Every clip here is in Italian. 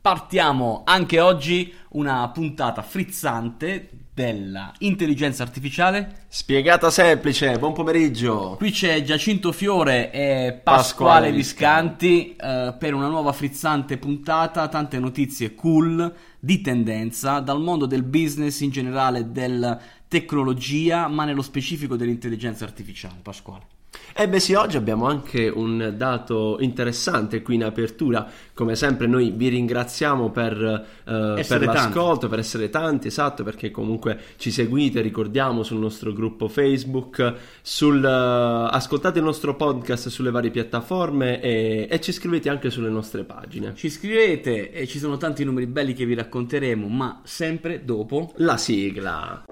Partiamo anche oggi una puntata frizzante della intelligenza artificiale spiegata semplice. Buon pomeriggio. Qui c'è Giacinto Fiore e Pasquale Viscanti per una nuova frizzante puntata, tante notizie cool di tendenza dal mondo del business in generale, della tecnologia, ma nello specifico dell'intelligenza artificiale. Pasquale. Sì, oggi abbiamo anche un dato interessante qui in apertura. Come sempre noi vi ringraziamo per l'ascolto, per essere tanti, esatto, perché comunque ci seguite, ricordiamo, sul nostro gruppo Facebook, ascoltate il nostro podcast sulle varie piattaforme e ci scrivete anche sulle nostre pagine. Ci scrivete e ci sono tanti numeri belli che vi racconteremo, ma sempre dopo la sigla.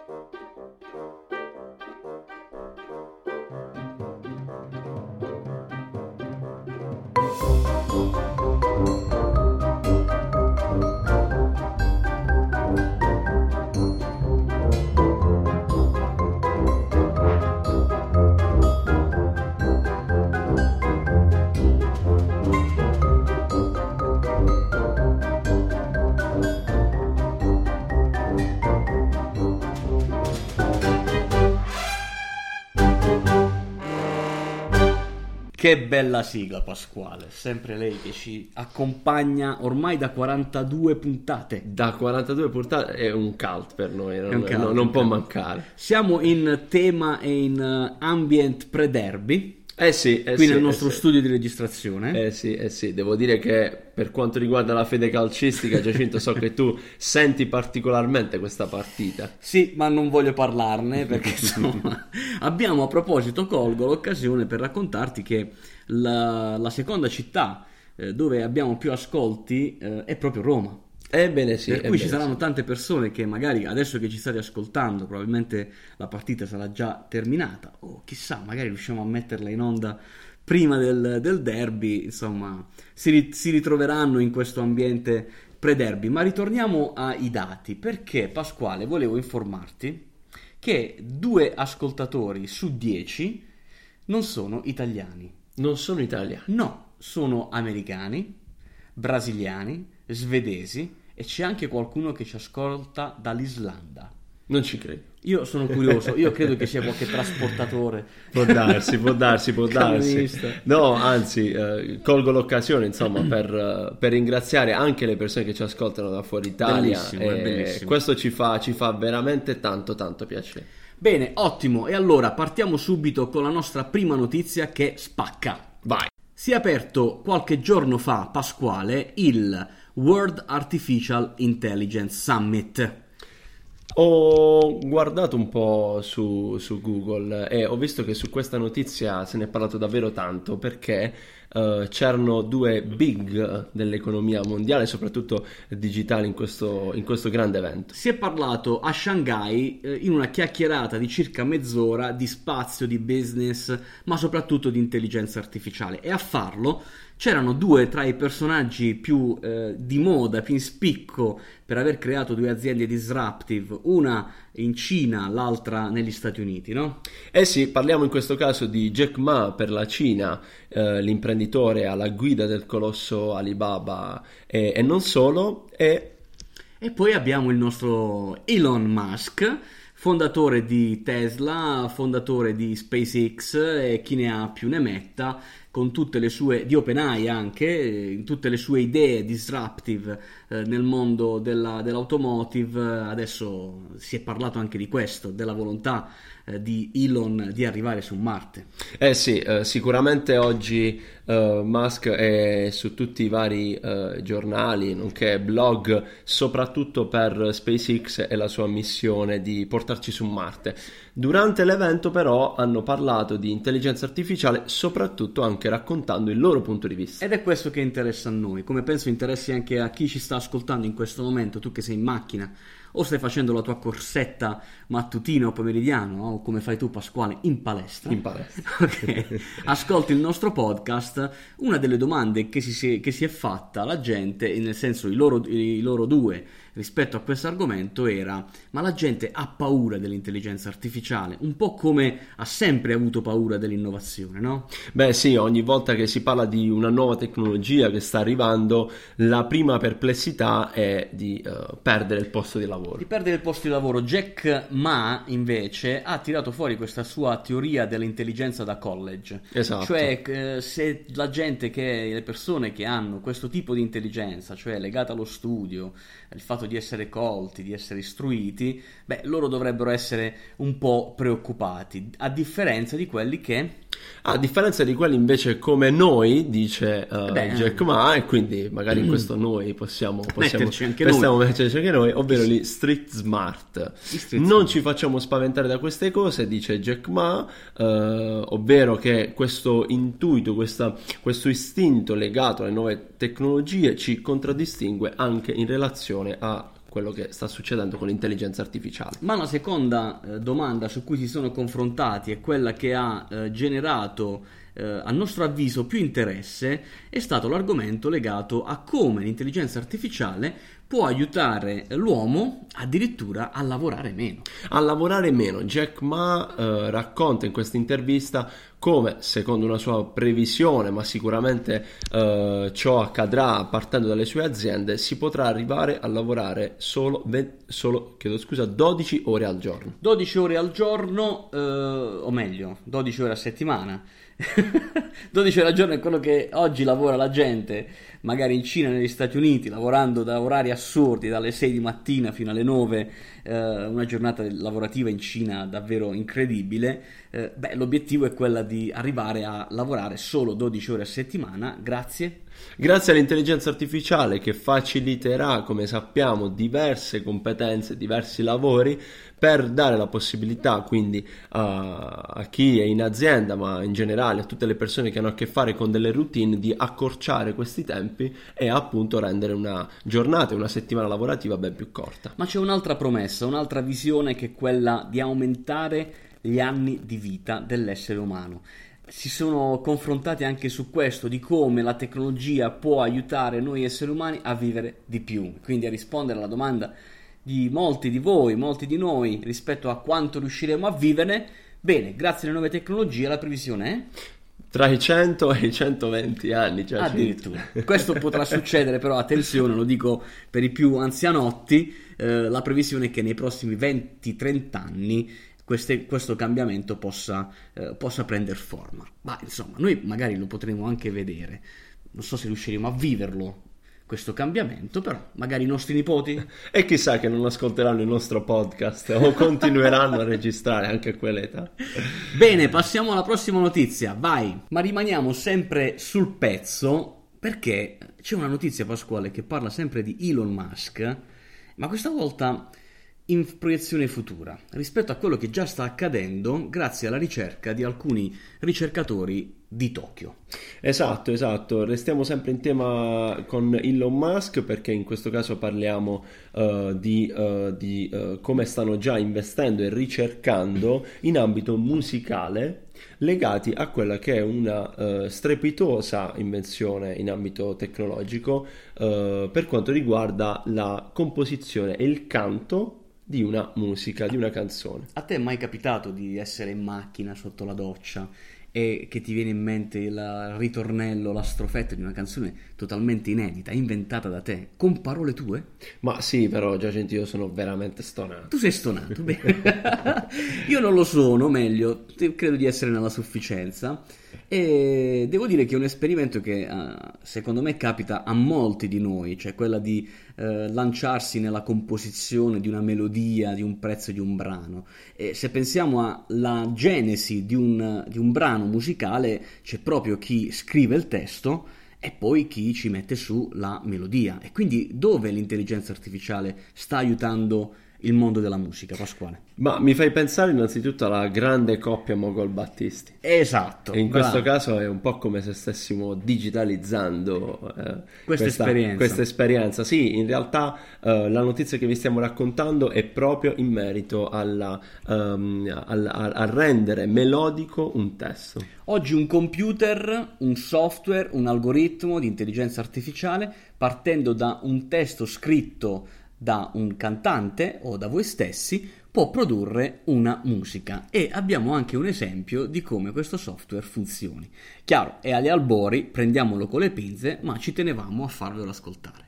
Che bella sigla, Pasquale, sempre lei che ci accompagna ormai da 42 puntate. Da 42 puntate è un cult per noi, non può mancare. Siamo in tema e in ambient pre-derby. Qui nel nostro studio di registrazione. Sì, devo dire che per quanto riguarda la fede calcistica, Giacinto, so che tu senti particolarmente questa partita. Sì, ma non voglio parlarne perché insomma abbiamo, a proposito, colgo l'occasione per raccontarti che la seconda città dove abbiamo più ascolti è proprio Roma. Ebbene sì. Per cui ci saranno tante persone che magari adesso che ci state ascoltando probabilmente la partita sarà già terminata, o chissà, magari riusciamo a metterla in onda prima del derby, insomma si ritroveranno in questo ambiente pre-derby. Ma ritorniamo ai dati, perché, Pasquale, volevo informarti che 2 ascoltatori su 10 non sono italiani. Non sono italiani? No, sono americani, brasiliani, svedesi, e c'è anche qualcuno che ci ascolta dall'Islanda. Non ci credo. Io sono curioso, io credo che sia qualche trasportatore. Può darsi. No, anzi, colgo l'occasione, insomma, per ringraziare anche le persone che ci ascoltano da fuori Italia. Bellissimo. Questo ci fa veramente tanto piacere. Bene, ottimo. E allora partiamo subito con la nostra prima notizia che spacca. Vai. Si è aperto qualche giorno fa, Pasquale, il World Artificial Intelligence Summit. Ho guardato un po' su Google e ho visto che su questa notizia se ne è parlato davvero tanto, perché c'erano 2 big dell'economia mondiale, soprattutto digitale, in questo grande evento. Si è parlato a Shanghai in una chiacchierata di circa mezz'ora di spazio, di business, ma soprattutto di intelligenza artificiale, e a farlo c'erano 2 tra i personaggi più di moda, più in spicco per aver creato 2 aziende disruptive, una in Cina, l'altra negli Stati Uniti, no? Sì, parliamo in questo caso di Jack Ma per la Cina, l'imprenditore alla guida del colosso Alibaba e non solo. E poi abbiamo il nostro Elon Musk, fondatore di Tesla, fondatore di SpaceX e chi ne ha più ne metta, con tutte le sue, di OpenAI anche, tutte le sue idee disruptive nel mondo dell'automotive. Adesso si è parlato anche di questo, della volontà di Elon di arrivare su Marte. Sicuramente oggi Musk è su tutti i vari giornali nonché blog, soprattutto per SpaceX e la sua missione di portarci su Marte. Durante l'evento però hanno parlato di intelligenza artificiale, soprattutto anche raccontando il loro punto di vista. Ed è questo che interessa a noi, come penso interessi anche a chi ci sta ascoltando in questo momento. Tu che sei in macchina o stai facendo la tua corsetta mattutina o pomeridiano, o come fai tu Pasquale, in palestra. Okay. Ascolti il nostro podcast. Una delle domande che si è fatta la gente, nel senso i loro due rispetto a questo argomento, era: ma la gente ha paura dell'intelligenza artificiale, un po' come ha sempre avuto paura dell'innovazione, no? Beh sì, ogni volta che si parla di una nuova tecnologia che sta arrivando, la prima perplessità è di perdere il posto di lavoro. Di perdere il posto di lavoro. Jack Ma invece ha tirato fuori questa sua teoria dell'intelligenza da college. Esatto. Cioè se la gente, le persone che hanno questo tipo di intelligenza, cioè legata allo studio, il fatto di essere colti, di essere istruiti, loro dovrebbero essere un po' preoccupati, a differenza di quelli invece come noi, dice Jack Ma, e quindi magari in questo noi possiamo metterci anche noi, ovvero gli street smart. Non ci facciamo spaventare da queste cose, dice Jack Ma, ovvero che questo intuito, questo istinto legato alle nuove tecnologie ci contraddistingue anche in relazione a quello che sta succedendo con l'intelligenza artificiale. Ma la seconda domanda su cui si sono confrontati è quella che ha generato a nostro avviso più interesse, è stato l'argomento legato a come l'intelligenza artificiale può aiutare l'uomo addirittura a lavorare meno. Jack Ma racconta in questa intervista come, secondo una sua previsione, ma sicuramente ciò accadrà partendo dalle sue aziende, si potrà arrivare a lavorare solo 12 ore al giorno. 12 ore al giorno, o meglio, 12 ore a settimana. 12 ore al giorno è quello che oggi lavora la gente, magari in Cina, negli Stati Uniti, lavorando da orari assurdi, dalle 6 di mattina fino alle 9, una giornata lavorativa in Cina davvero incredibile. L'obiettivo è quella di arrivare a lavorare solo 12 ore a settimana, grazie all'intelligenza artificiale, che faciliterà, come sappiamo, diverse competenze, diversi lavori, per dare la possibilità quindi a chi è in azienda, ma in generale a tutte le persone che hanno a che fare con delle routine, di accorciare questi tempi e appunto rendere una giornata, una settimana lavorativa ben più corta. Ma c'è un'altra promessa, un'altra visione, che è quella di aumentare gli anni di vita dell'essere umano. Si sono confrontati anche su questo, di come la tecnologia può aiutare noi esseri umani a vivere di più, quindi a rispondere alla domanda di molti di voi, molti di noi, rispetto a quanto riusciremo a vivere. Bene, grazie alle nuove tecnologie la previsione è tra i 100 e i 120 anni, cioè addirittura. Questo potrà succedere, però attenzione, lo dico per i più anzianotti, la previsione è che nei prossimi 20-30 anni questo cambiamento possa prendere forma. Ma insomma, noi magari lo potremo anche vedere, non so se riusciremo a viverlo questo cambiamento, però magari i nostri nipoti, e chissà che non ascolteranno il nostro podcast o continueranno a registrare anche a quell'età. Bene, passiamo alla prossima notizia, vai. Ma rimaniamo sempre sul pezzo, perché c'è una notizia, Pasquale, che parla sempre di Elon Musk, ma questa volta in proiezione futura, rispetto a quello che già sta accadendo grazie alla ricerca di alcuni ricercatori di Tokyo. Esatto, restiamo sempre in tema con Elon Musk, perché in questo caso parliamo di come stanno già investendo e ricercando in ambito musicale, legati a quella che è una strepitosa invenzione in ambito tecnologico per quanto riguarda la composizione e il canto di una musica, di una canzone. A te è mai capitato di essere in macchina sotto la doccia e che ti viene in mente il ritornello, la strofetta di una canzone totalmente inedita, inventata da te, con parole tue? Ma sì, però Giacinto, io sono veramente stonato. Tu sei stonato? Bene. Io non lo sono, meglio, credo di essere nella sufficienza, e devo dire che è un esperimento che secondo me capita a molti di noi, cioè quella di lanciarsi nella composizione di una melodia, di un pezzo, di un brano. E se pensiamo alla genesi di un brano musicale, c'è proprio chi scrive il testo e poi chi ci mette su la melodia, e quindi dove l'intelligenza artificiale sta aiutando il mondo della musica, Pasquale. Ma mi fai pensare innanzitutto alla grande coppia Mogol-Battisti. Esatto. E in questo caso è un po' come se stessimo digitalizzando questa esperienza. Sì, in realtà la notizia che vi stiamo raccontando è proprio in merito a rendere melodico un testo. Oggi un computer, un software, un algoritmo di intelligenza artificiale, partendo da un testo scritto da un cantante o da voi stessi, può produrre una musica, e abbiamo anche un esempio di come questo software funzioni. Chiaro, è agli albori, prendiamolo con le pinze, ma ci tenevamo a farvelo ascoltare.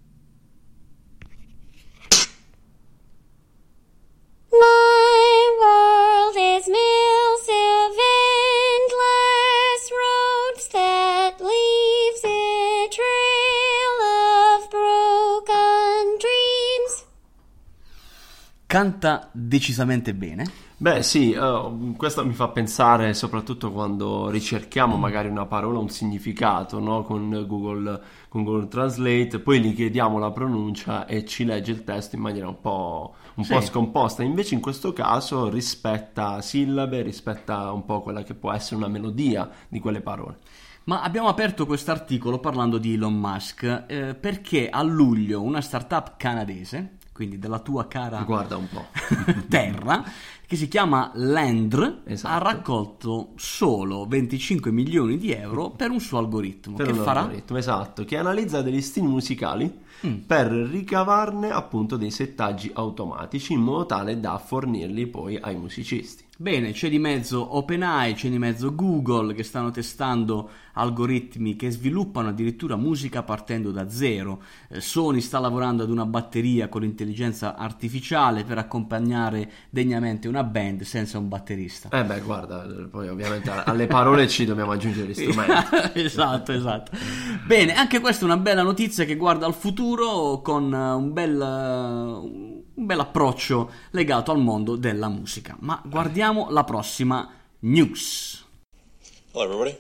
My world is mills of endless roads that leaves a trail of broken dreams. Canta decisamente bene. Beh sì, questo mi fa pensare soprattutto quando ricerchiamo magari una parola, un significato, no? Con Google Translate, poi gli chiediamo la pronuncia e ci legge il testo in maniera un po' scomposta. Invece in questo caso rispetta sillabe, rispetta un po' quella che può essere una melodia di quelle parole. Ma abbiamo aperto quest'articolo parlando di Elon Musk perché a luglio una startup canadese, quindi della tua cara guarda un po' terra, che si chiama Lendr, esatto, ha raccolto solo 25 milioni di euro per un suo algoritmo. Per che un farà? algoritmo, esatto, che analizza degli stili musicali per ricavarne appunto dei settaggi automatici in modo tale da fornirli poi ai musicisti. Bene, c'è di mezzo OpenAI, c'è di mezzo Google che stanno testando algoritmi che sviluppano addirittura musica partendo da zero. Sony sta lavorando ad una batteria con l'intelligenza artificiale per accompagnare degnamente una band senza un batterista. Beh, guarda, poi ovviamente alle parole ci dobbiamo aggiungere gli strumenti. Esatto. Bene, anche questa è una bella notizia che guarda al futuro con un bel approccio legato al mondo della musica. Ma guardiamo la prossima news. Hello, everybody.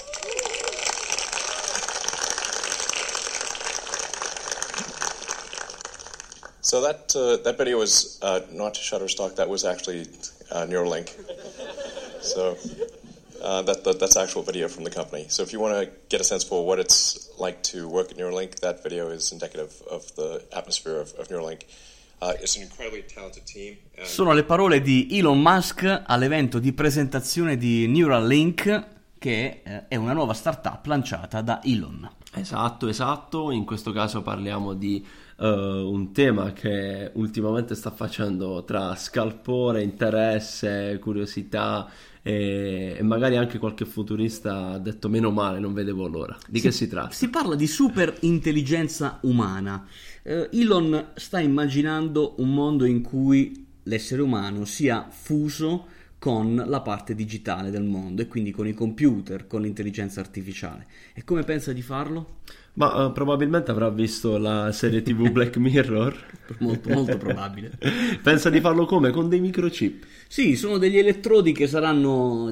So that video was not Shutterstock. That was actually Neuralink. So that's actual video from the company. So if you want to get a sense for what it's like to work at Neuralink, that video is indicative of the atmosphere of Neuralink. It's an incredibly talented team. Sono le parole di Elon Musk all'evento di presentazione di Neuralink, che è una nuova startup lanciata da Elon. Esatto, in questo caso parliamo di un tema che ultimamente sta facendo tra scalpore, interesse, curiosità e magari anche qualche futurista ha detto meno male, non vedevo l'ora. Di che si tratta? Si parla di super intelligenza umana. Elon sta immaginando un mondo in cui l'essere umano sia fuso con la parte digitale del mondo e quindi con i computer, con l'intelligenza artificiale. E come pensa di farlo? Ma probabilmente avrà visto la serie TV Black Mirror. Molto probabile. Pensa di farlo come? Con dei microchip? Sì, sono degli elettrodi che saranno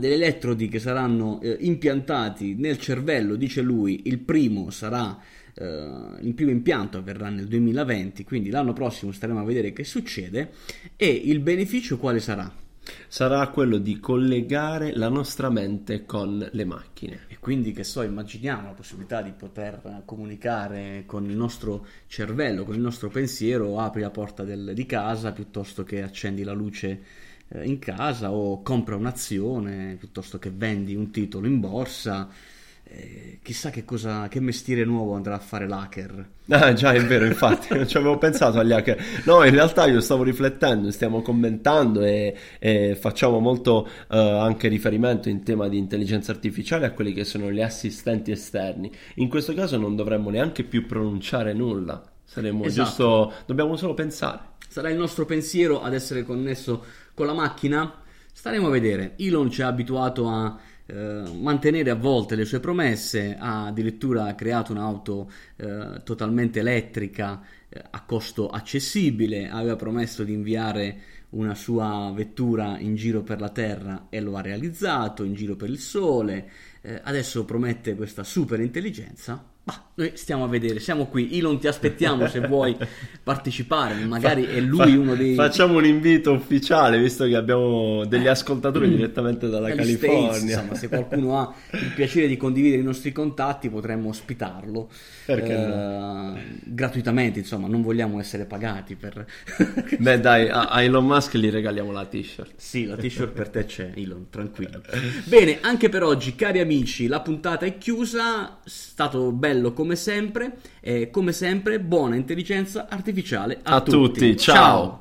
impiantati nel cervello, dice lui. Il primo impianto avverrà nel 2020, quindi l'anno prossimo staremo a vedere che succede. E il beneficio quale sarà? Sarà quello di collegare la nostra mente con le macchine. E quindi, immaginiamo la possibilità di poter comunicare con il nostro cervello, con il nostro pensiero. Apri la porta di casa piuttosto che accendi la luce in casa, o compra un'azione piuttosto che vendi un titolo in borsa. Chissà che mestiere nuovo andrà a fare l'hacker. Già, è vero, infatti non ci avevo pensato agli hacker. No, in realtà io stavo riflettendo, stiamo commentando e facciamo molto anche riferimento in tema di intelligenza artificiale a quelli che sono gli assistenti esterni. In questo caso non dovremmo neanche più pronunciare nulla, saremo giusto, dobbiamo solo pensare. Sarà il nostro pensiero ad essere connesso con la macchina? Staremo a vedere. Elon ci ha abituato a mantenere a volte le sue promesse, ha addirittura creato un'auto totalmente elettrica a costo accessibile, aveva promesso di inviare una sua vettura in giro per la Terra e lo ha realizzato, in giro per il Sole. adesso promette questa super intelligenza. Bah, noi stiamo a vedere, siamo qui. Elon, ti aspettiamo se vuoi partecipare, magari è lui uno dei... Facciamo un invito ufficiale, visto che abbiamo degli ascoltatori direttamente dalla California. States, insomma, se qualcuno ha il piacere di condividere i nostri contatti, potremmo ospitarlo. Perché no? Gratuitamente, insomma, non vogliamo essere pagati per... Beh dai, a Elon Musk gli regaliamo la t-shirt. Sì, la t-shirt per te c'è, Elon, tranquillo. Bene, anche per oggi, cari amici, la puntata è chiusa, è stato bello come sempre, e come sempre buona intelligenza artificiale a tutti. Ciao!